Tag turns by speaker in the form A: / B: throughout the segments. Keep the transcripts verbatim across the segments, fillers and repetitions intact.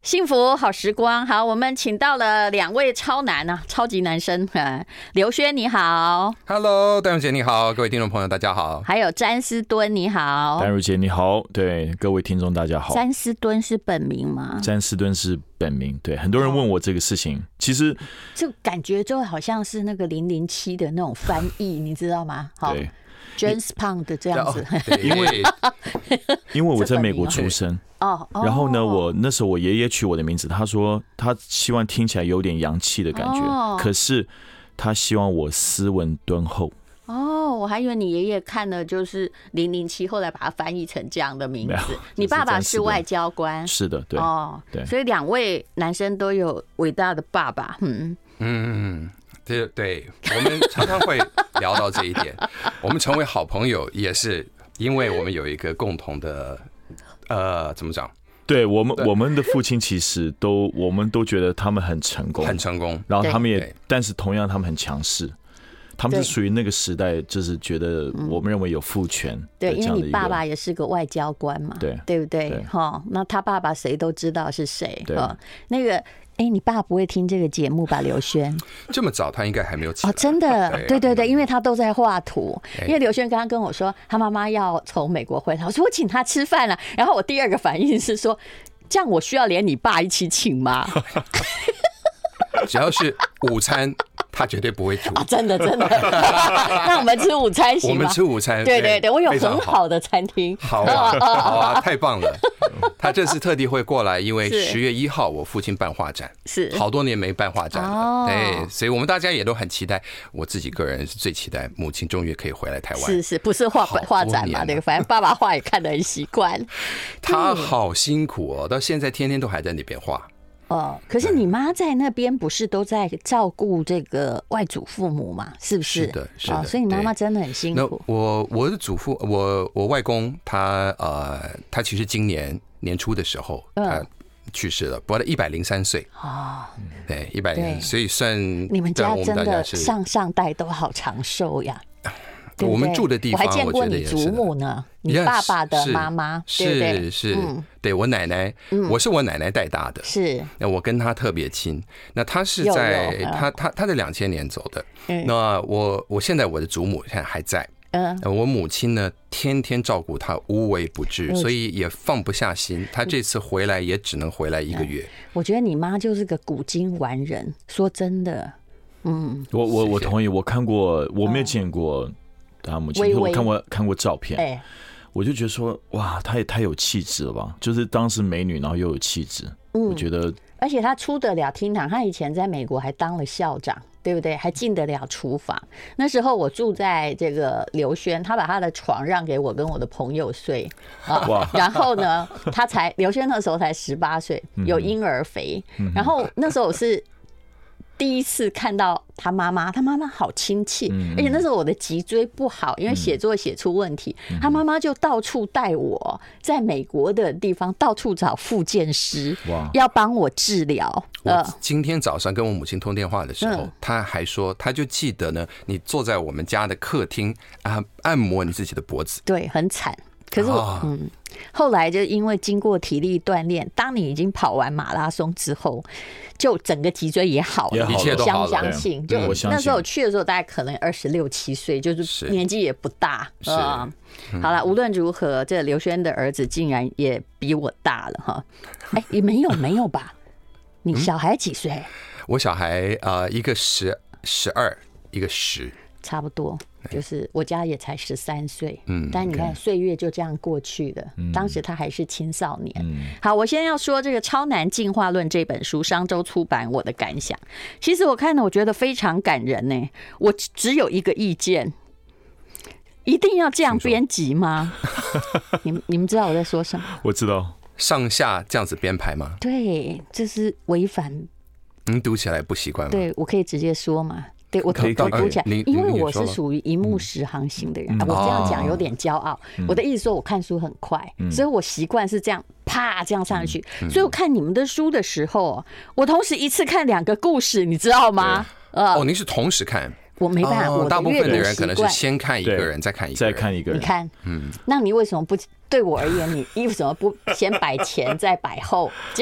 A: 幸福好时光，好，我们请到了两位超男啊，超级男生，刘轩你好
B: ，Hello， 戴茹姐你好，各位听众朋友大家好，
A: 还有詹思敦你好，
C: 戴茹姐你好，对各位听众大家好。
A: 詹思敦是本名吗？
C: 詹思敦是本名，对，很多人问我这个事情，其实
A: 就感觉就好像是那个零零七的那种翻译，你知道吗？好。
C: 对。
A: James Bond 这样子，
C: 因为因为我在美国出生，
A: 哦，
C: 然后呢，我那时候我爷爷取我的名字，他说他希望听起来有点洋气的感觉，哦、可是他希望我斯文敦厚。
A: 哦，我还以为你爷爷看了就是零零七，后来把它翻译成这样的名字。你爸爸是外交官，
C: 是的，对，
A: 哦，对，所以两位男生都有伟大的爸爸，嗯
B: 嗯。对对，我们常常会聊到这一点。我们成为好朋友，也是因为我们有一个共同的，呃，怎么讲？
C: 对我们，我们的父亲其实都，我们都觉得他们很成功，
B: 很成功。
C: 然后他们也，但是同样他们很强势。他们是属于那个时代，就是觉得我们认为有父权。
A: 对，因为你爸爸也是个外交官嘛，对对不对？哈，那他爸爸谁都知道是谁。对，那个。哎，你爸不会听这个节目吧，刘轩？
B: 这么早，他应该还没有起来。
A: 哦，真的，对对对，因为他都在画图。因为刘轩刚刚跟我说，他妈妈要从美国回来，我说我请他吃饭了。然后我第二个反应是说，这样我需要连你爸一起请吗？
B: 只要是午餐。他绝对不会煮、
A: 啊，真的真的。那我们吃午餐行吗？
B: 我们吃午餐，
A: 对对对，我有很好的餐厅。
B: 好啊，好啊，太棒了！他这次特地会过来，因为十月一号我父亲办画展，是好多年没办画展了，哦、对，所以我们大家也都很期待。我自己个人是最期待母亲终于可以回来台湾。
A: 是是，不是画画展嘛？对，反正爸爸画也看得很习惯。
B: 他好辛苦哦，到现在天天都还在那边画。
A: 哦，可是你妈在那边不是都在照顾这个外祖父母嘛？是不是？
B: 是的，是的。
A: 哦、所以你妈妈真的很辛苦。
B: 那我我的祖父，我我外公他呃，他其实今年年初的时候他去世了，不过一百零三岁哦，对，一百零，所以算
A: 你们家真的上上代都好长寿呀。对对
B: 我们住的地方，
A: 我还见过你祖母呢，你爸爸的妈妈，
B: 是是是，嗯、对我奶奶、嗯，我是我奶奶带大的，
A: 是，
B: 那我跟她特别亲。那她是在她她她在两千年走的，嗯、那我我现在我的祖母现在还在，嗯，我母亲呢天天照顾她，无微不至，嗯、所以也放不下心。她这次回来也只能回来一个月。
A: 嗯、我觉得你妈就是个古今完人，说真的，嗯，
C: 我我我同意，我看过，我没有见过。他母亲，我看过看过照片，欸、我就觉得说，哇，她也太有气质了吧！就是当时美女，然后又有气质，嗯，我觉得，
A: 而且她出得了厅堂，她以前在美国还当了校长，对不对？还进得了厨房。那时候我住在这个刘轩，他把他的床让给我跟我的朋友睡啊，然后呢，他才刘轩那时候才十八岁，有婴儿肥，嗯、然后那时候我是。第一次看到他妈妈，他妈妈好亲切，而且那时候我的脊椎不好，因为写作写出问题，他妈妈就到处带我在美国的地方到处找复健师，要帮我治疗。
B: 我今天早上跟我母亲通电话的时候，他还说，他就记得呢，你坐在我们家的客厅啊，按摩你自己的脖子，
A: 对，很惨。可是我，嗯，后来就因为经过体力锻炼，当你已经跑完马拉松之后，就整个脊椎也好了，
B: 一切都好了。
A: 相信，就那时候我去的时候，大概可能二十六七岁，就是年纪也不大。是，嗯、好了，无论如何，这刘轩的儿子竟然也比我大了哈。哎，也没有没有吧？你小孩几岁？嗯、
B: 我小孩呃，一个十十二，一个十。
A: 差不多，就是我家也才十三岁，嗯，但你看岁月就这样过去了。嗯、当时他还是青少年。嗯、好，我先要说这个《超男进化论》这本书，商周出版，我的感想。其实我看了，我觉得非常感人呢。我只有一个意见，一定要这样编辑吗？你们你们知道我在说什么？
C: 我知道，
B: 上下这样子编排吗？
A: 对，这是违反。
B: 你读起来不习惯吗？
A: 对，我可以直接说嘛。对，我都读起来，因为我是属于一目十行型的人，嗯、我这样讲有点骄傲。嗯、我的意思说，我看书很快，嗯、所以我习惯是这样啪这样上去。嗯、所以我看你们的书的时候，我同时一次看两个故事，你知道吗？
B: 呃、哦，您是同时看？
A: 我没办法，哦、我
B: 大部分的人可能是先看一个人，再看一个人，
C: 再看一个人。
A: 你看，嗯，那你为什么不？对我而言，你为什么不先摆前再摆后？这样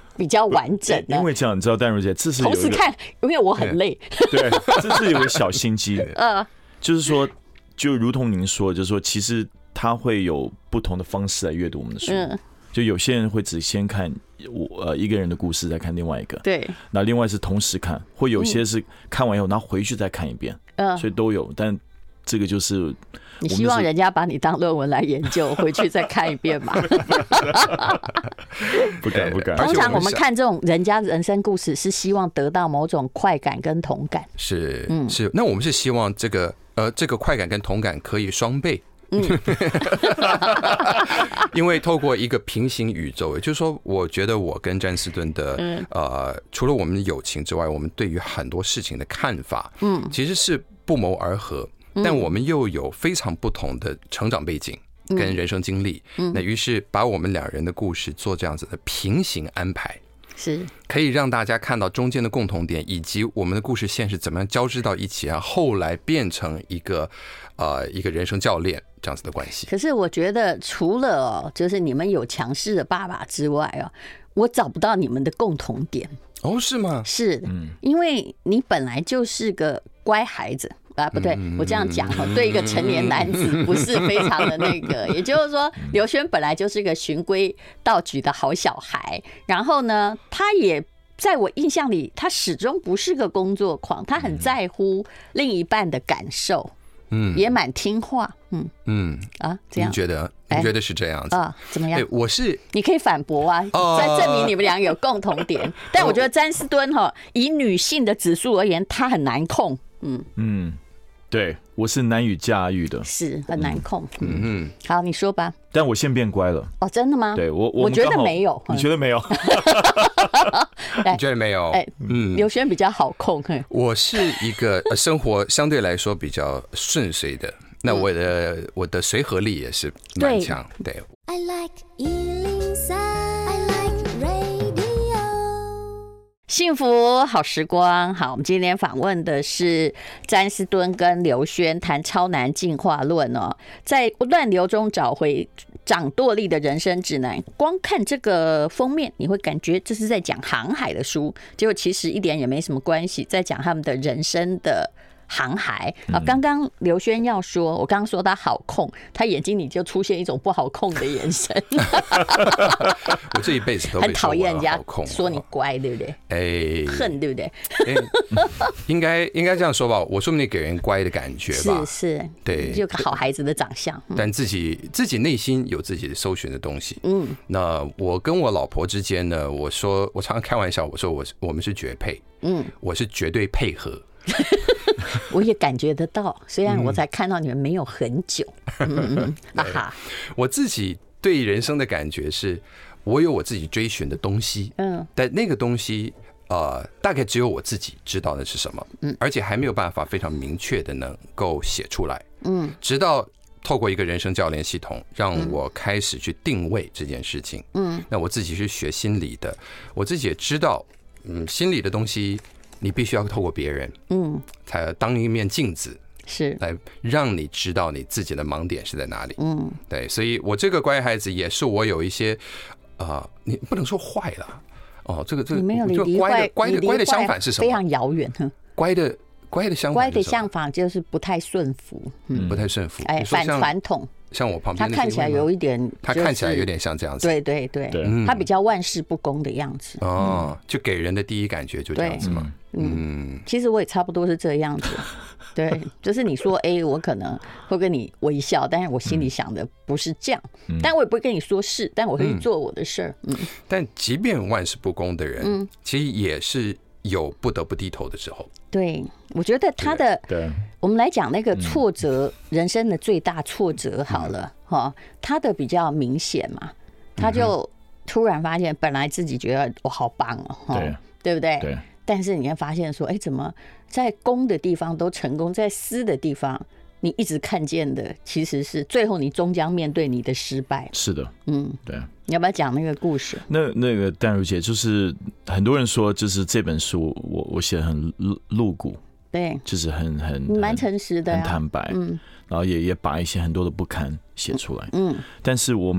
A: 比较完整的。
C: 因为这样，你知道淡如姐，这是
A: 同时看，因为我很累。
C: 对，这是有个小心机。呃，就是说，就如同您说，就是说，其实他会有不同的方式来阅读我们的书。嗯，就有些人会只先看我呃一个人的故事，再看另外一个。
A: 对。
C: 那另外是同时看，或有些是看完以后，然后回去再看一遍。嗯，所以都有，但。这个就是
A: 你希望人家把你当论文来研究，回去再看一遍嘛？
C: 不敢不敢。
A: 通常我们看这种人家人生故事，是希望得到某种快感跟同感。
B: 是，嗯，是。那我们是希望这个呃这个快感跟同感可以双倍。嗯，因为透过一个平行宇宙，也就是说，我觉得我跟詹士顿的呃，除了我们的友情之外，我们对于很多事情的看法，嗯，其实是不谋而合。但我们又有非常不同的成长背景跟人生经历，那于是把我们两人的故事做这样子的平行安排，
A: 是
B: 可以让大家看到中间的共同点，以及我们的故事线是怎么样交织到一起啊，后来变成一个呃一个人生教练这样子的关系。
A: 可是我觉得除了哦，就是你们有强势的爸爸之外哦，我找不到你们的共同点。
B: 哦，是吗？
A: 是，因为你本来就是个乖孩子。啊，不对，我这样讲哈，对一个成年男子不是非常的那个。也就是说，刘轩本来就是个循规蹈矩的好小孩，然后呢，他也在我印象里，他始终不是个工作狂，他很在乎另一半的感受，嗯，也蛮听话，嗯嗯啊，这样
B: 你觉得？你觉得是这样子啊？
A: 怎么样？
B: 我是
A: 你可以反驳啊，在证明你们俩有共同点。但我觉得詹士顿哈，以女性的指数而言，她很难控。嗯
C: 嗯，对，我是难以驾驭的，
A: 是很难控。嗯嗯，好，你说吧。
C: 但我现在变乖了。
A: 哦，真的吗？
C: 对我，
A: 我觉得没有。
C: 你觉得没有？
B: 你觉得没有？哎，
A: 嗯，刘轩比较好控。
B: 我是一个生活相对来说比较顺遂的，那我的我的随和力也是蛮强。对。I like 一零三 I like
A: radio 幸福好时光。好，我们今天访问的是詹士顿跟刘轩，谈超男进化论哦，在乱流中找回掌舵力的人生指南。光看这个封面，你会感觉这是在讲航海的书，结果其实一点也没什么关系，在讲他们的人生的航海啊！刚刚刘轩要说，我刚刚说他好控，他眼睛里就出现一种不好控的眼神。
B: 我这一辈子都
A: 很讨厌人家说你乖，对不对？
B: 哎，
A: 恨，对不对？
B: 欸、应该应该这样说吧，我说不定给人乖的感觉吧，
A: 是是，
B: 对，
A: 就好孩子的长相。
B: 嗯、但自己自己内心有自己的搜寻的东西。嗯，那我跟我老婆之间呢，我说我常常开玩笑，我说我我们是绝配。嗯，我是绝对配合。
A: 我也感觉得到，虽然我才看到你们没有很久。嗯啊哈，
B: 我自己对人生的感觉是，我有我自己追寻的东西，嗯，但那个东西呃，大概只有我自己知道那是什么，嗯，而且还没有办法非常明确的能够写出来，嗯，直到透过一个人生教练系统，让我开始去定位这件事情，嗯，那我自己是学心理的，我自己也知道，嗯，心理的东西。你必须要透过别人，嗯，才当一面镜子，
A: 是
B: 来让你知道你自己的盲点是在哪里，嗯，对，所以我这个乖孩子也是我有一些，呃，你不能说坏了，哦，这个这个，
A: 你没有离
B: 乖的乖的乖的相反是什么？
A: 非常遥远，
B: 乖的乖的相反，
A: 乖的相反就是不太顺服，
B: 嗯，不太顺服，
A: 哎，反传统。
B: 像我旁边，
A: 他看起来有一点，
B: 他看起来有点像这样子，
A: 对对对，他比较万事不公的样子。
B: 哦，就给人的第一感觉就这样子嘛。
A: 嗯，其实我也差不多是这样子。对，就是你说 A， 我可能会跟你微笑，但是我心里想的不是这样。但我也不会跟你说是，但我可以做我的事儿。嗯，
B: 但即便万事不公的人，其实也是有不得不低头的时候。
A: 对，我觉得他的，我们来讲那个挫折，人生的最大挫折好了哈，他的比较明显嘛，他就突然发现，本来自己觉得我好棒哦，对，对不对？
C: 对。
A: 但是你会发现说，哎，怎么在公的地方都成功，在私的地方，你一直看见的其实是最后你终将面对你的失败。
C: 是的，嗯，对。
A: 你要不要讲那个故事？
C: 那那个淡如姐，就是很多人说，就是这本书我我写得很露骨，
A: 对，
C: 就是很很
A: 蛮诚实的、啊，
C: 很坦白，嗯，然后也也把一些很多的不堪写出来，嗯。但是我们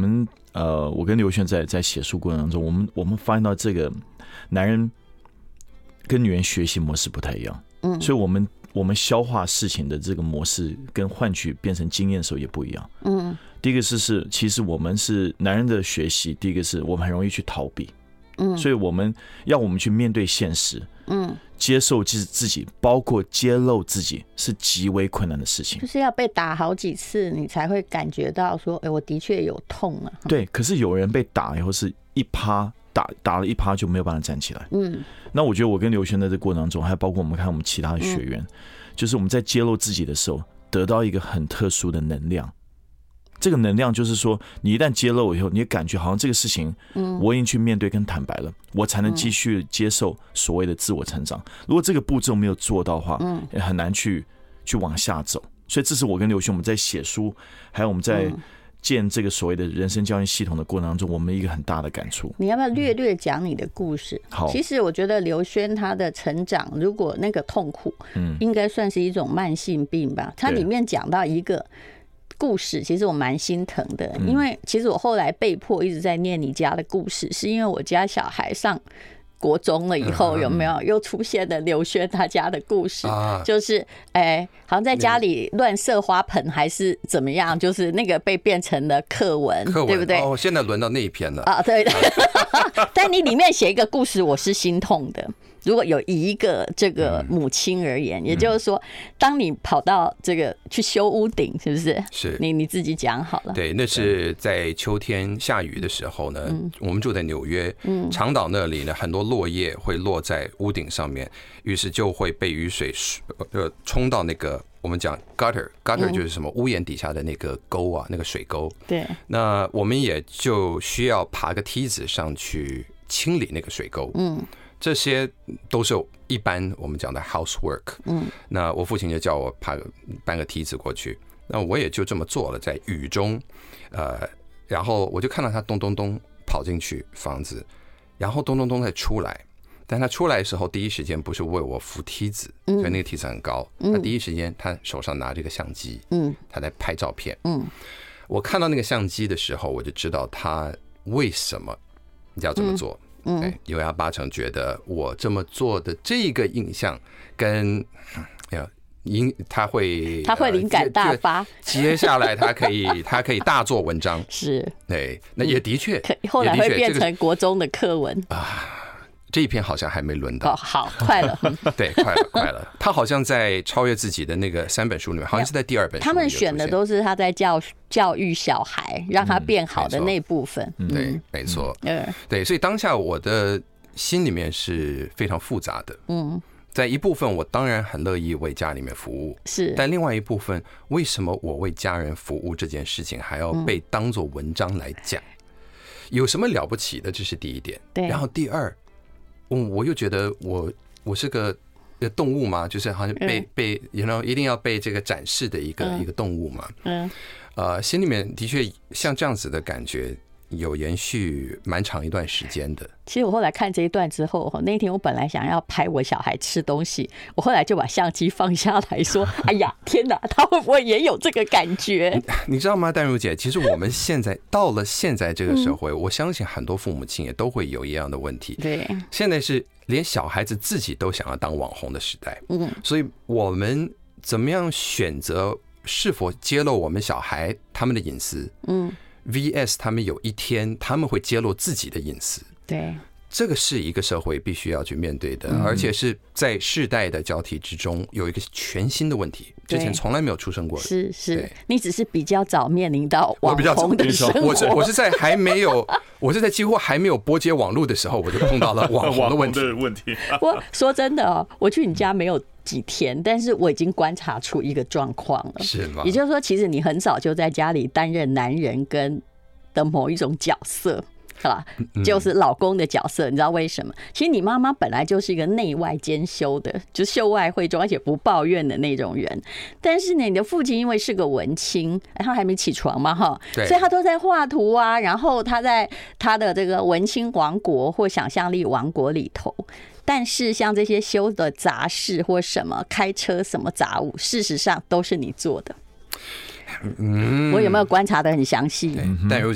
C: 呃，我跟刘轩在在写书过程当中，我们我们发现到这个男人跟女人学习模式不太一样，嗯，所以我们我们消化事情的这个模式跟换取变成经验的时候也不一样，嗯，第一个是是其实我们是男人的学习，第一个是我们很容易去逃避，嗯，所以我们要我们去面对现实，嗯，接受自自己，包括揭露自己是极为困难的事情，
A: 就是要被打好几次，你才会感觉到说，哎、欸，我的确有痛啊。
C: 对，可是有人被打以后是一趴打打了一趴就没有办法站起来。嗯，那我觉得我跟刘轩在这过程当中，还包括我们看我们其他的学员，嗯、就是我们在揭露自己的时候，得到一个很特殊的能量。这个能量就是说，你一旦揭露以后，你也感觉好像这个事情，我已经去面对跟坦白了，我才能继续接受所谓的自我成长。如果这个步骤没有做到的话，也很难去去往下走。所以这是我跟刘兄我们在写书，还有我们在建这个所谓的人生教育系统的过程当中，我们一个很大的感触。
A: 你要不要略略讲你的故事？好，其实我觉得刘轩他的成长，如果那个痛苦，嗯，应该算是一种慢性病吧。他里面讲到一个故事，其实我蛮心疼的，因为其实我后来被迫一直在念你家的故事，是因为我家小孩上国中了以后，有没有又出现了刘轩他家的故事？就是哎、欸，好像在家里乱射花盆还是怎么样，就是那个被变成了课文，
B: 课文
A: 对不对？
B: 哦，现在轮到那一篇了
A: 啊，对。但你里面写一个故事，我是心痛的。如果有一个这个母亲而言，也就是说，当你跑到这个去修屋顶，是不是？
B: 是
A: 你你自己讲好了。
B: 对，那是在秋天下雨的时候呢，我们住在纽约，长岛那里呢，很多落叶会落在屋顶上面，于是就会被雨水呃冲到那个我们讲 gutter gutter 就是什么屋檐底下的那个沟啊，那个水沟。
A: 对，
B: 那我们也就需要爬个梯子上去清理那个水沟。嗯。这些都是一般我们讲的 housework。嗯，那我父亲就叫我爬个搬个梯子过去，那我也就这么做了，在雨中，呃，然后我就看到他咚咚咚跑进去房子，然后咚咚咚再出来。但他出来的时候，第一时间不是为我扶梯子，所以那个梯子很高。他第一时间他手上拿这个相机，嗯，他在拍照片。嗯，我看到那个相机的时候，我就知道他为什么要这么做。嗯，因为他八成觉得我这么做的这个印象跟因他会
A: 他会灵感大发，
B: 接下来他可以他可以大做文章，
A: 是，
B: 对，那也的确，
A: 后来会变成国中的课文
B: 啊。这一篇好像还没轮到，
A: 哦，好，快了，
B: 对，快了，快了。他好像在超越自己的那个三本书里面，好像是在第二本书。
A: 他们选的都是他在教教育小孩，让他变好的那部分。
B: 嗯、对，没错。嗯，对，所以当下我的心里面是非常复杂的。嗯，在一部分我当然很乐意为家里面服务，
A: 是，
B: 但另外一部分，为什么我为家人服务这件事情还要被当作文章来讲？有什么了不起的？这是第一点。
A: 对，
B: 然后第二。嗯，我又觉得我我是个动物嘛，就是好像被、嗯、被 you know 一定要被这个展示的一个、嗯、一个动物嘛。嗯，呃，心里面的确像这样子的感觉有延续蛮长一段时间的。
A: 其实我后来看这一段之后，那一天我本来想要拍我小孩吃东西，我后来就把相机放下来说：“哎呀，天哪，他会不会也有这个感觉？”
B: 你知道吗，淡如姐？其实我们现在到了现在这个社会，我相信很多父母亲也都会有一样的问题。
A: 对，
B: 现在是连小孩子自己都想要当网红的时代。嗯，所以我们怎么样选择是否揭露我们小孩他们的隐私？嗯。V S 他们有一天他们会揭露自己的隐私，
A: 对，
B: 这个是一个社会必须要去面对的，嗯、而且是在世代的交替之中有一个全新的问题，之前从来没有出生过的。
A: 是是，你只是比较早面临到网红的生活。
B: 我是我是在还没有，我是在几乎还没有拨接网络的时候，我就碰到了网红的问题。
C: 问题
A: 我说真的哦，我去你家没有几天，但是我已经观察出一个状况了，
B: 是吗？
A: 也就是说，其实你很早就在家里担任男人跟的某一种角色，是吧？就是老公的角色。你知道为什么？其实你妈妈本来就是一个内外兼修的，就秀外慧中，而且不抱怨的那种人。但是呢，你的父亲因为是个文青，他还没起床嘛，哈，所以他都在画图啊，然后他在他的这个文青王国或想象力王国里头。但是像这些修的杂事或什么开车什么杂物，事实上都是你做的。嗯，我有没有观察得很详细？
B: 但如姐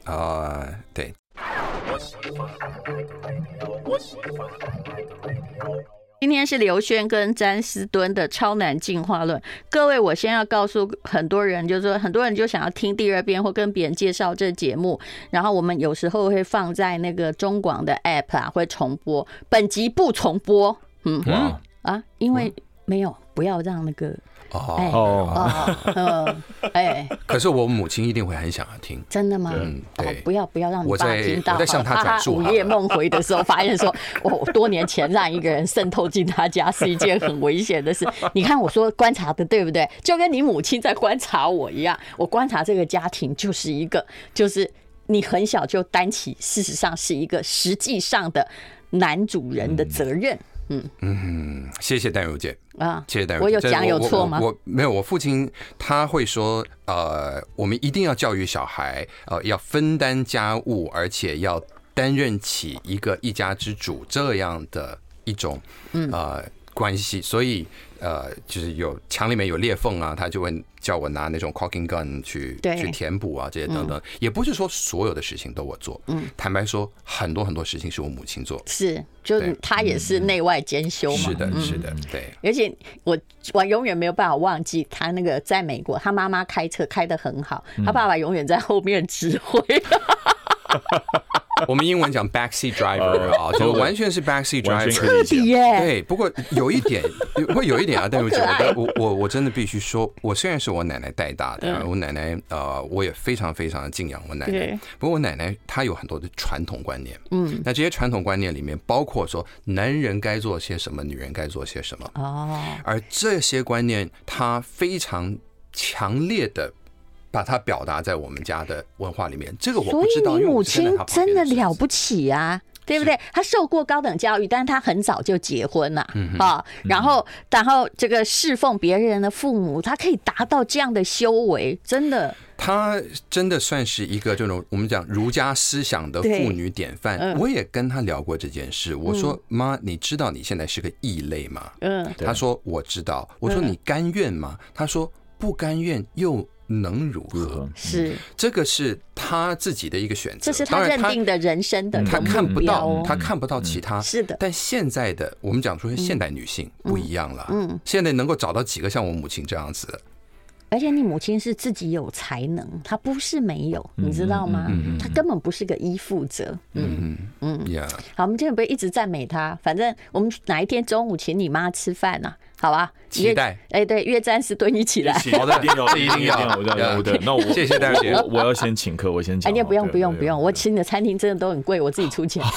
B: 啊、呃，对。
A: 今天是刘轩跟詹斯敦的超难进化论。各位，我先要告诉很多人，就是说很多人就想要听第二遍或跟别人介绍这节目，然后我们有时候会放在那个中广的 app 啊，会重播。本集不重播，嗯，哇啊，因为没有，不要让那个。哦哦，哎，
B: 可是我母亲一定会很想要听，
A: 真的吗？
B: 嗯，对，
A: 哦、不要不要让你爸听到，
B: 我在向他转述。
A: 午夜梦回的时候，发现说，我多年前让一个人渗透进他家是一件很危险的事。你看我说观察的对不对？就跟你母亲在观察我一样，我观察这个家庭就是一个，就是你很小就担起，事实上是一个实际上的男主人的责任。嗯
B: 嗯，谢谢淡如姐
A: 啊，
B: 谢谢淡如姐。
A: 我有讲有错吗？
B: 我, 我, 我没有，我父亲他会说，呃，我们一定要教育小孩，呃，要分担家务，而且要担任起一个一家之主这样的一种呃关系，所以呃，就是有墙里面有裂缝啊，他就会叫我拿那种 caulking gun 去去填补啊，这些等等。嗯、也不是说所有的事情都我做，嗯，坦白说，很多很多事情是我母亲做，
A: 是，就他也是内外兼修嘛，
B: 是的，是的，对。
A: 而且我我永远没有办法忘记他那个在美国，他妈妈开车开得很好，他爸爸永远在后面指挥。
B: 我们英文讲 backseat driver 啊，就完全是 backseat driver，
A: 彻底耶。
B: 对，不过有一点会有一点啊，但是我我我真的必须说，我虽然是我奶奶带大的，我奶奶呃，我也非常非常的敬仰我奶奶。不过我奶奶她有很多的传统观念，嗯，那这些传统观念里面包括说男人该做些什么，女人该做些什么哦，而这些观念她非常强烈的把它表达在我们家的文化里面，这个我不知道。
A: 所以你母亲真的了不起啊，对不对？她受过高等教育，但是她很早就结婚了，嗯啊，然后然后这个侍奉别人的父母，她可以达到这样的修为，真的。
B: 她真的算是一个这种我们讲儒家思想的妇女典范。嗯、我也跟她聊过这件事，我说妈，你知道你现在是个异类吗？嗯，她说我知道。我说你甘愿吗？她说不甘愿又能如何？是这个是他自己的一个选择，
A: 这是他认定的人生的目标。
B: 他看不到，他看不到其他。
A: 是的，
B: 但现在的我们讲说现代女性不一样了。嗯，现在能够找到几个像我母亲这样子的。
A: 而且你母亲是自己有才能，她不是没有，你知道吗？她根本不是个依附者。嗯嗯嗯。好，我们今天不会一直赞美她，反正我们哪一天中午请你妈吃饭呢？好吧，
B: 期待。
A: 哎，对，约詹士敦一起来。
C: 好的，一定要，一定要，我要，我的。那我
B: 谢谢大姐，
C: 我要先请客，我先请。
A: 哎，你不用，不用，不用，我请你的餐厅真的都很贵，我自己出钱。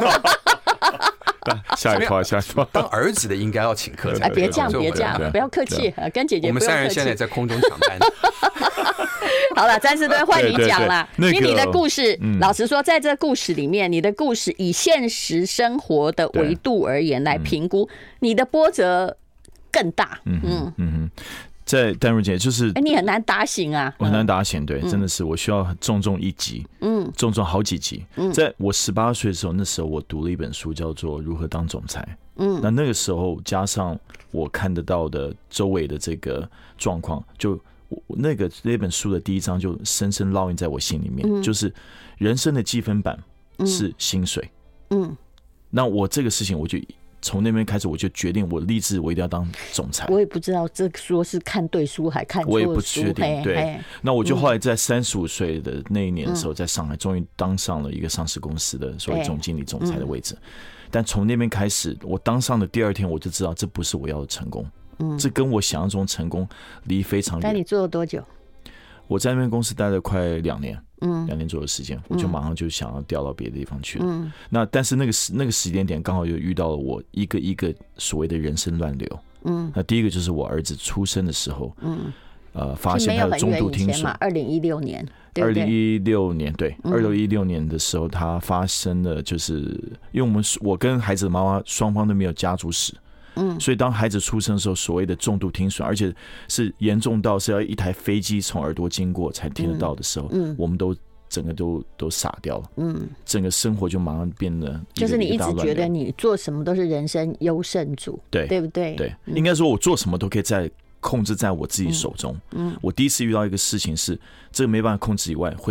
C: 下一趴，下一趴。
B: 当儿子的应该要请客。
A: 哎，别这样，别这样，不要客气，跟姐姐不用客气。
B: 我们三人现在在空中抢单。
A: 好了，詹士敦换你讲了。因为你的故事，老实说，在这故事里面，你的故事以现实生活的维度而言来评估，你的波折更大。嗯嗯嗯。
C: 在淡如姐就是，
A: 哎，你很难打醒啊，
C: 我很难打醒，对，真的是我需要重重一击，嗯，重重好几集。在我十八岁的时候，那时候我读了一本书，叫做《如何当总裁》，嗯，那那个时候加上我看得到的周围的这个状况，就那个那本书的第一章就深深烙印在我心里面，就是人生的积分板是薪水，嗯，那我这个事情我就。从那边开始，我就决定我立志，我一定要当总裁。
A: 我也不知道这说是看对书还看错书，
C: 我也不确定。对，那我就后来在三十五岁的那一年的时候，在上海终于当上了一个上市公司的所谓总经理、总裁的位置。但从那边开始，我当上的第二天，我就知道这不是我要的成功。嗯，这跟我想象中成功离非常远。
A: 那你做了多久？
C: 我在那边公司待了快两年。嗯，两年左右的时间，我就马上就想要调到别的地方去了。嗯，那但是那个时那个时间点刚好就遇到了我一个一个所谓的人生乱流。嗯，那第一个就是我儿子出生的时候，嗯，呃，发现他的中度听损。
A: 二零一六年，
C: 二零一六年对，二零一六年的时候，他发生了，就是因为我们我跟孩子的妈妈双方都没有家族史。嗯，所以当孩子出生的时候，所谓的重度听损，而且是严重到是要一台飞机从耳朵经过才听得到的时候，嗯，我们都整个都都傻掉了，嗯，整个生活就马上变得一个
A: 就是你一直觉得你做什么都是人生优胜主，
C: 对
A: 对不对？
C: 对，应该说我做什么都可以在控制在我自己手中。嗯，我第一次遇到一个事情是这个没办法控制以外，会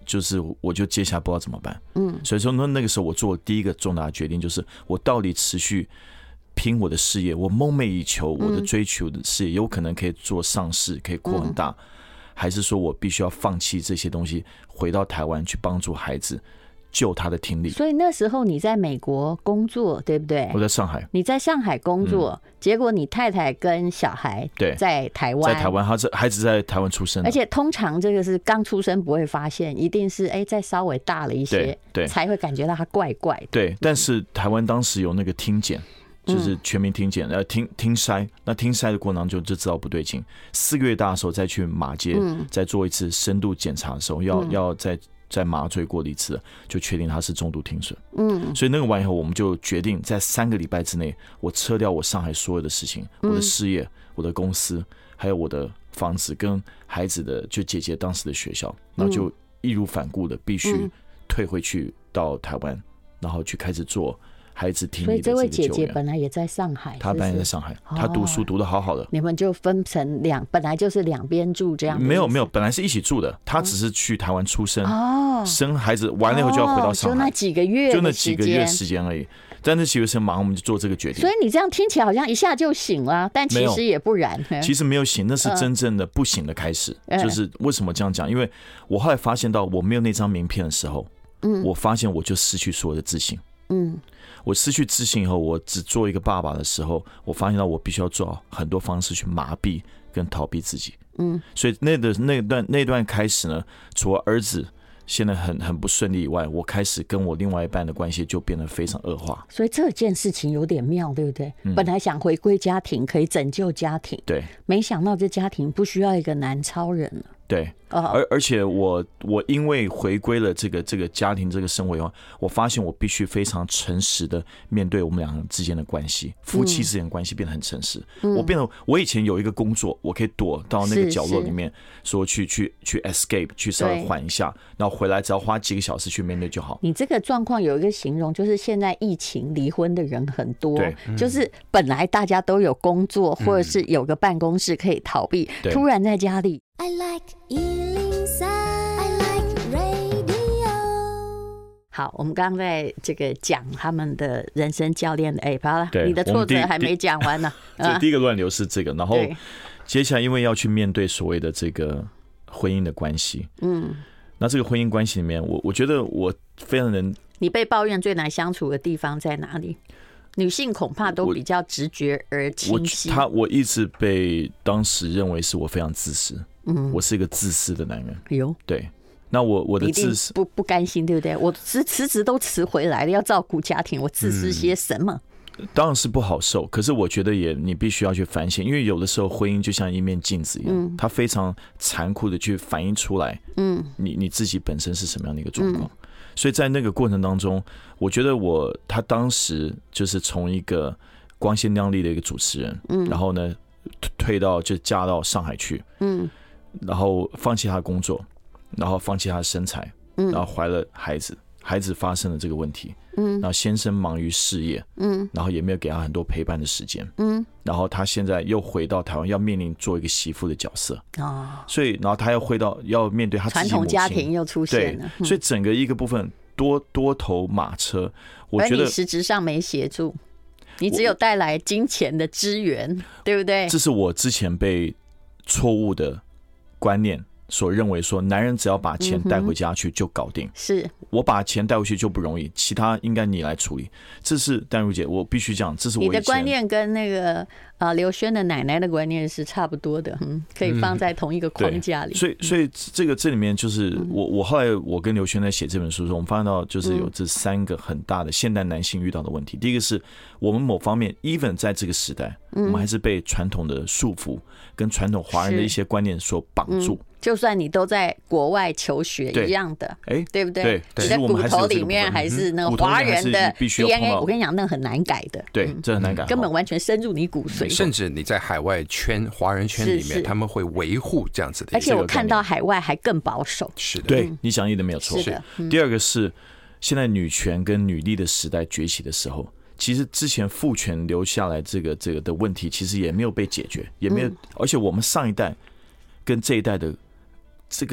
C: 就是我就接下来不知道怎么办。嗯，所以说呢，那个时候我做第一个重大的决定，就是我到底持续拼我的事业，我梦寐以求我的追求的事业，有可能可以做上市，可以扩很大，嗯、还是说我必须要放弃这些东西，回到台湾去帮助孩子。救他的听力。
A: 所以那时候你在美国工作，对不对？
C: 我在上海。
A: 你在上海工作，嗯、结果你太太跟小孩在台湾，
C: 在台湾，他这孩子在台湾出生，
A: 而且通常这个是刚出生不会发现，一定是哎再稍微大了一些，
C: 对对，
A: 才会感觉到他怪怪的。
C: 对，但是台湾当时有那个听检。就是全民听检，呃，听听筛，那听筛的过程当中就知道不对劲。四个月大的时候再去马街，嗯、再做一次深度检查的时候，要、嗯、要再再麻醉过了一次，就确定他是重度听损。嗯，所以那个完以后，我们就决定在三个礼拜之内，我撤掉我上海所有的事情，我的事业、我的公司，还有我的房子跟孩子的就姐姐当时的学校，然后就义无反顾的必须退回去到台湾，然后去开始做。孩子听力的这个救援。所以这位姐姐本来也在上海，她本来也在上海，她读书读得好好的。
A: 你们就分成两，本来就是两边住这样。
C: 没有没有，本来是一起住的，她只是去台湾出生，哦、生孩子完了以后就要回到上海，
A: 就那几个月，
C: 就那几个月时间而已。但是几个月马上我们就做这个决定。
A: 所以你这样听起来好像一下就醒了，但其实也不然。
C: 其实没有醒，那是真正的不醒的开始。嗯、就是为什么这样讲？因为我后来发现到我没有那张名片的时候，嗯，我发现我就失去所有的自信。嗯。我失去自信以后，我只做一个爸爸的时候，我发现到我必须要做很多方式去麻痹跟逃避自己。嗯，所以那的那段那段开始呢，除了儿子现在很很不顺利以外，我开始跟我另外一半的关系就变得非常恶化。
A: 所以这件事情有点妙，对不对？嗯、本来想回归家庭，可以拯救家庭，
C: 对，
A: 没想到这家庭不需要一个男超人了。
C: 对，而而且我我因为回归了这个这个家庭这个生活以后，我发现我必须非常诚实的面对我们两个之间的关系，夫妻之间的关系变得很诚实。嗯、我变得我以前有一个工作，我可以躲到那个角落里面，说去去去 escape， 去稍微缓一下，然后回来只要花几个小时去面对就好。
A: 你这个状况有一个形容，就是现在疫情离婚的人很多，对，嗯、就是本来大家都有工作，或者是有个办公室可以逃避，嗯、突然在家里。I like 一零三 I like radio。 好，我们刚刚在这个讲他们的人生教练的 app， 好了，你的挫折还没讲完呢。
C: 这第一个乱流是这个，然后接下来因为要去面对所谓的这个婚姻的关系，嗯，那这个婚姻关系里面，我我觉得我非常能。
A: 你被抱怨最难相处的地方在哪里？女性恐怕都比较直觉而清晰。
C: 我他我一直被当时认为是我非常自私，嗯，我是一个自私的男人。有对，那我我的自私
A: 不不甘心，对不对？我辞辞职都辞回来了，要照顾家庭，我自私些什么？
C: 嗯、当然是不好受，可是我觉得也你必须要去反省，因为有的时候婚姻就像一面镜子一样，嗯、它非常残酷的去反映出来，嗯，你你自己本身是什么样的一个状况。嗯，所以在那个过程当中，我觉得我他当时就是从一个光鲜亮丽的一个主持人，嗯，然后呢退到就嫁到上海去，嗯，然后放弃他的工作，然后放弃他的身材，嗯，然后怀了孩子，孩子发生了这个问题，嗯，然后先生忙于事业，嗯，然后也没有给他很多陪伴的时间，嗯，然后他现在又回到台湾，要面临做一个媳妇的角色，哦，所以然后他要回到要面对他自己
A: 传统家庭又出现了，
C: 对，所以整个一个部分多多头马车，我觉得
A: 而你实质上没协助，你只有带来金钱的支援，对不对？
C: 这是我之前被错误的观念所认为说，男人只要把钱带回家去就搞定。是我把钱带回去就不容易，其他应该你来处理。这是淡如姐，我必须讲，这是我以前
A: 你的观念跟那个呃刘轩的奶奶的观念是差不多的，嗯，可以放在同一个框架里。嗯、
C: 所以，所以这个这里面就是我我后来我跟刘轩在写这本书的时候，我们发现到就是有这三个很大的现代男性遇到的问题。第一个是我们某方面 ，even 在这个时代，我们还是被传统的束缚跟传统华人的一些观念所绑住。嗯，
A: 就算你都在国外求学一样的，哎，对不对？
C: 对，
A: 你的骨头里面还是那个华人的 D N A。我跟你讲，那很难改的。
C: 对，这很难改，
A: 根本完全深入你骨髓。
B: 甚至你在海外圈、华人圈里面，他们会维护这样子的。
A: 而且我看到海外还更保守。
B: 是的，
C: 对你讲一点没有错。是的。第二个是现在女权跟女力的时代崛起的时候。其实之前父权留下来这个这个的问题，其实也没有被解决，也没有，而且我们上一代跟这一代的这个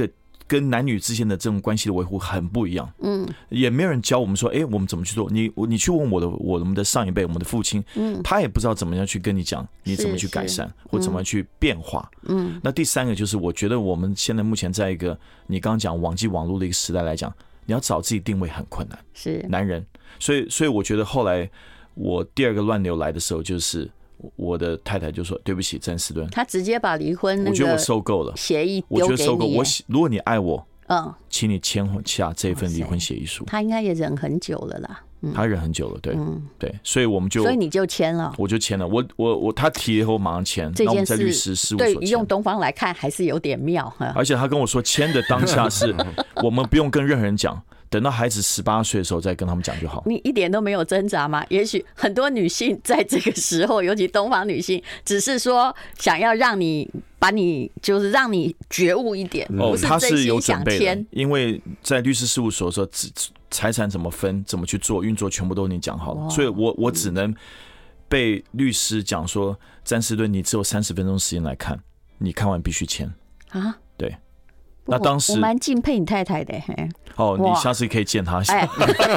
C: 跟男女之间的这种关系的维护很不一样，嗯，也没有人教我们说，哎、欸，我们怎么去做？你你去问我的我们的上一辈，我们的父亲，嗯，他也不知道怎么样去跟你讲，你怎么去改善或怎么去变化，嗯。那第三个就是，我觉得我们现在目前在一个你刚刚讲网际网络的一个时代来讲，你要找自己定位很困难，
A: 是
C: 男人，所以所以我觉得后来我第二个乱流来的时候，就是我的太太就说：“对不起，詹士敦。”
A: 他直接把离婚那个
C: 我觉得我受够了
A: 协议
C: 我觉得受够。
A: 我
C: 如果你爱我，
A: 嗯，
C: 请你签下这份离婚协议书。
A: 他应该也忍很久了啦。嗯、
C: 他忍很久了，对，嗯、对，所以我们就，
A: 所以你就签了，
C: 我就签了。我我我，他提以后马上签。
A: 这件事
C: 在律师事务所
A: 对用东方来看还是有点妙。
C: 而且他跟我说，签的当下是我们不用跟任何人讲。等到孩子十八岁的时候再跟他们讲就好。
A: 你一点都没有挣扎吗？也许很多女性在这个时候，尤其东方女性，只是说想要让你把你就是让你觉悟一点，
C: 哦，
A: 不是
C: 他是有准备
A: 的，
C: 因为在律师事务所的时候，财产怎么分、怎么去做运作，全部都你讲好了，所以我我只能被律师讲说，詹士敦，你只有三十分钟时间来看，你看完必须签啊，对。那当时
A: 我蛮敬佩你太太的，
C: 哦，你下次可以见她。哎，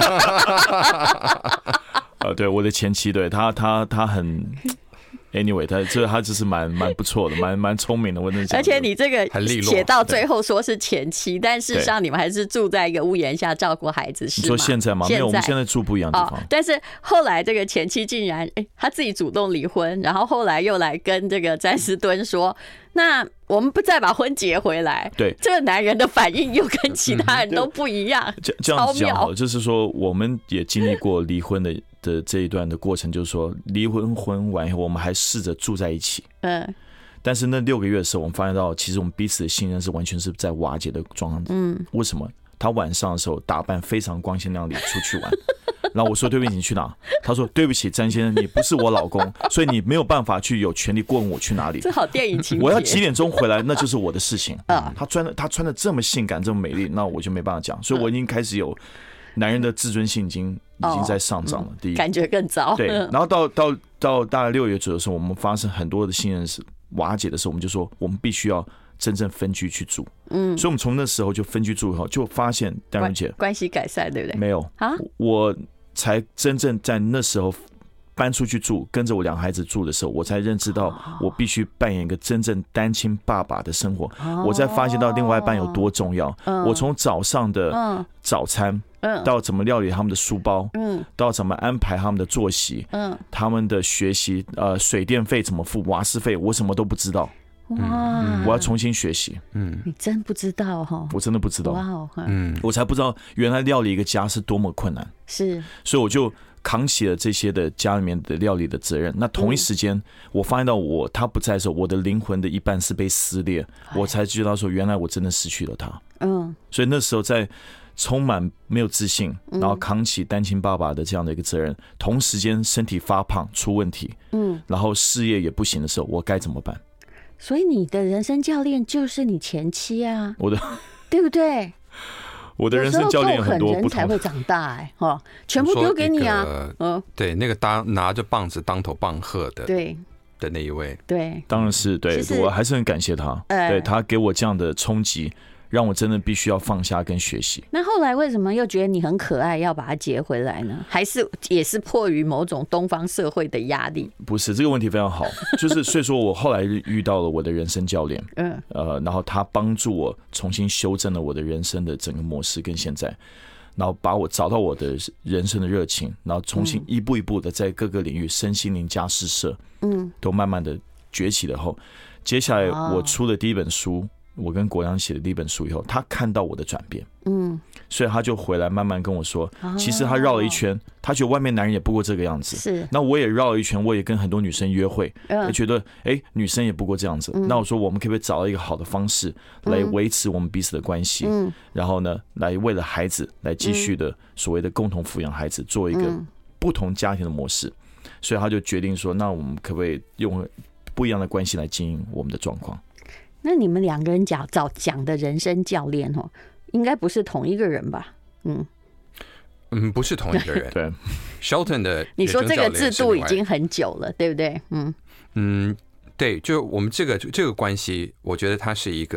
C: 呃，对，我的前妻，对她，她，她很 ，anyway， 她这她只是蛮蛮不错的，蛮蛮聪明的，我真的。
A: 而且你这个写到最后说是前妻，但事实上你们还是住在一个屋檐下照顾孩子，是吗？
C: 你说现在吗？没有，我们现在住不一样的地方。
A: 哦、但是后来这个前妻竟然，哎、欸，他自己主动离婚，然后后来又来跟这个詹士敦说。那我们不再把婚结回来，
C: 对
A: 这个男人的反应又跟其他人都不一样。
C: 嗯、这这样子讲好了，就是说我们也经历过离婚的的这一段的过程，就是说离婚婚完以后，我们还试着住在一起。嗯，但是那六个月的时候，我们发现到其实我们彼此的信任是完全是在瓦解的状况。嗯，为什么？他晚上的时候打扮非常光鲜亮丽出去玩。然后我说对不起，你去哪？他说对不起，詹先生，你不是我老公，所以你没有办法去有权利过问我去哪里。
A: 这好电影情节。
C: 我要几点钟回来，那就是我的事情。啊，他穿的他穿的这么性感，这么美丽，那我就没办法讲。所以我已经开始有男人的自尊心已经已经在上涨了。哦、第一，
A: 感觉更糟。
C: 对，然后到到到大概六月左右的时候，我们发生很多的信任是瓦解的时候，我们就说我们必须要真正分居去住。嗯，所以我们从那时候就分居住以后，就发现戴茹姐
A: 关系改善，对不对？
C: 没有啊，我。才真正在那时候搬出去住，跟着我两个孩子住的时候，我才认知到我必须扮演一个真正单亲爸爸的生活。我才发现到另外一半有多重要。我从早上的早餐，到怎么料理他们的书包，到怎么安排他们的作息，他们的学习，呃，水电费怎么付，瓦斯费，我什么都不知道。哇！我要重新学习。
A: 嗯，你真不知道哈？
C: 我真的不知道。哇！嗯，我才不知道原来料理一个家是多么困难。
A: 是，
C: 所以我就扛起了这些的家里面的料理的责任。那同一时间，我发现到我他不在的时候，我的灵魂的一半是被撕裂，我才知道说原来我真的失去了他。嗯，所以那时候在充满没有自信，然后扛起单亲爸爸的这样的一个责任，同时间身体发胖出问题，嗯，然后事业也不行的时候，我该怎么办？
A: 所以你的人生教练就是你前妻啊，
C: 我的
A: 对不对？
C: 我的人生教练有很多不同，
A: 人才会长大哎、欸，哈，全部丢给你啊，
B: 嗯，对，那个当拿着棒子当头棒喝的，
A: 对
B: 的那一位，
A: 对，
C: 当然是对，我还是很感谢他，呃、对他给我这样的冲击。让我真的必须要放下跟学习。
A: 那后来为什么又觉得你很可爱，要把它接回来呢？还是也是迫于某种东方社会的压力？
C: 不是，这个问题非常好，就是所以说我后来遇到了我的人生教练，嗯，呃，然后他帮助我重新修正了我的人生的整个模式跟现在，然后把我找到我的人生的热情，然后重新一步一步的在各个领域身心灵加施舍，嗯，都慢慢的崛起了后，接下来我出了第一本书。我跟国阳写的第一本书以后，他看到我的转变，嗯，所以他就回来慢慢跟我说，其实他绕了一圈，他觉得外面男人也不过这个样子，
A: 是。
C: 那我也绕了一圈，我也跟很多女生约会，也觉得哎、欸，女生也不过这样子。那我说，我们可不可以找到一个好的方式来维持我们彼此的关系？嗯，然后呢，来为了孩子来继续的所谓的共同抚养孩子，做一个不同家庭的模式。所以他就决定说，那我们可不可以用不一样的关系来经营我们的状况？
A: 那你们两个人讲早讲的人生教练哦，应该不是同一个人吧？嗯
B: 嗯，不是同一个人。
C: 对
B: ，Shelton 的
A: 你说这个制度已经很久了，对不对？嗯
B: 嗯，对，就我们这个这个关系，我觉得它是一个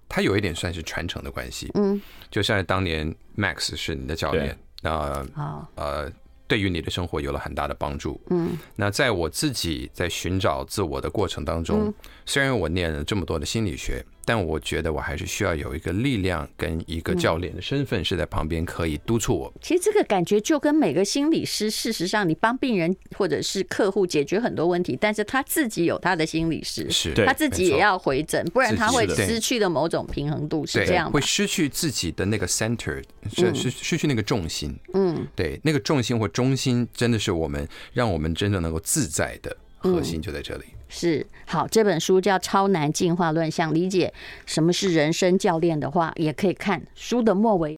B: 它有一点算是传承的关系。嗯，就像当年 Max 是你的教练，那呃。呃对于你的生活有了很大的帮助。嗯，那在我自己在寻找自我的过程当中，虽然我念了这么多的心理学，但我觉得我还是需要有一个力量跟一个教练的身份是在旁边可以督促我。
A: 其实这个感觉就跟每个心理师，事实上你帮病人或者是客户解决很多问题，但是他自己有他的心理师，
B: 是
A: 他自己也要回诊，不然他会失去了某种平衡度，是这样吗？
B: 会失去自己的那个 center， 失失去那个重心。嗯，对，那个重心或中心真的是我们让我们真正能够自在的核心就在这里。嗯，
A: 是。好，这本书叫《超难进化论》，想理解什么是人生教练的话，也可以看书的末尾。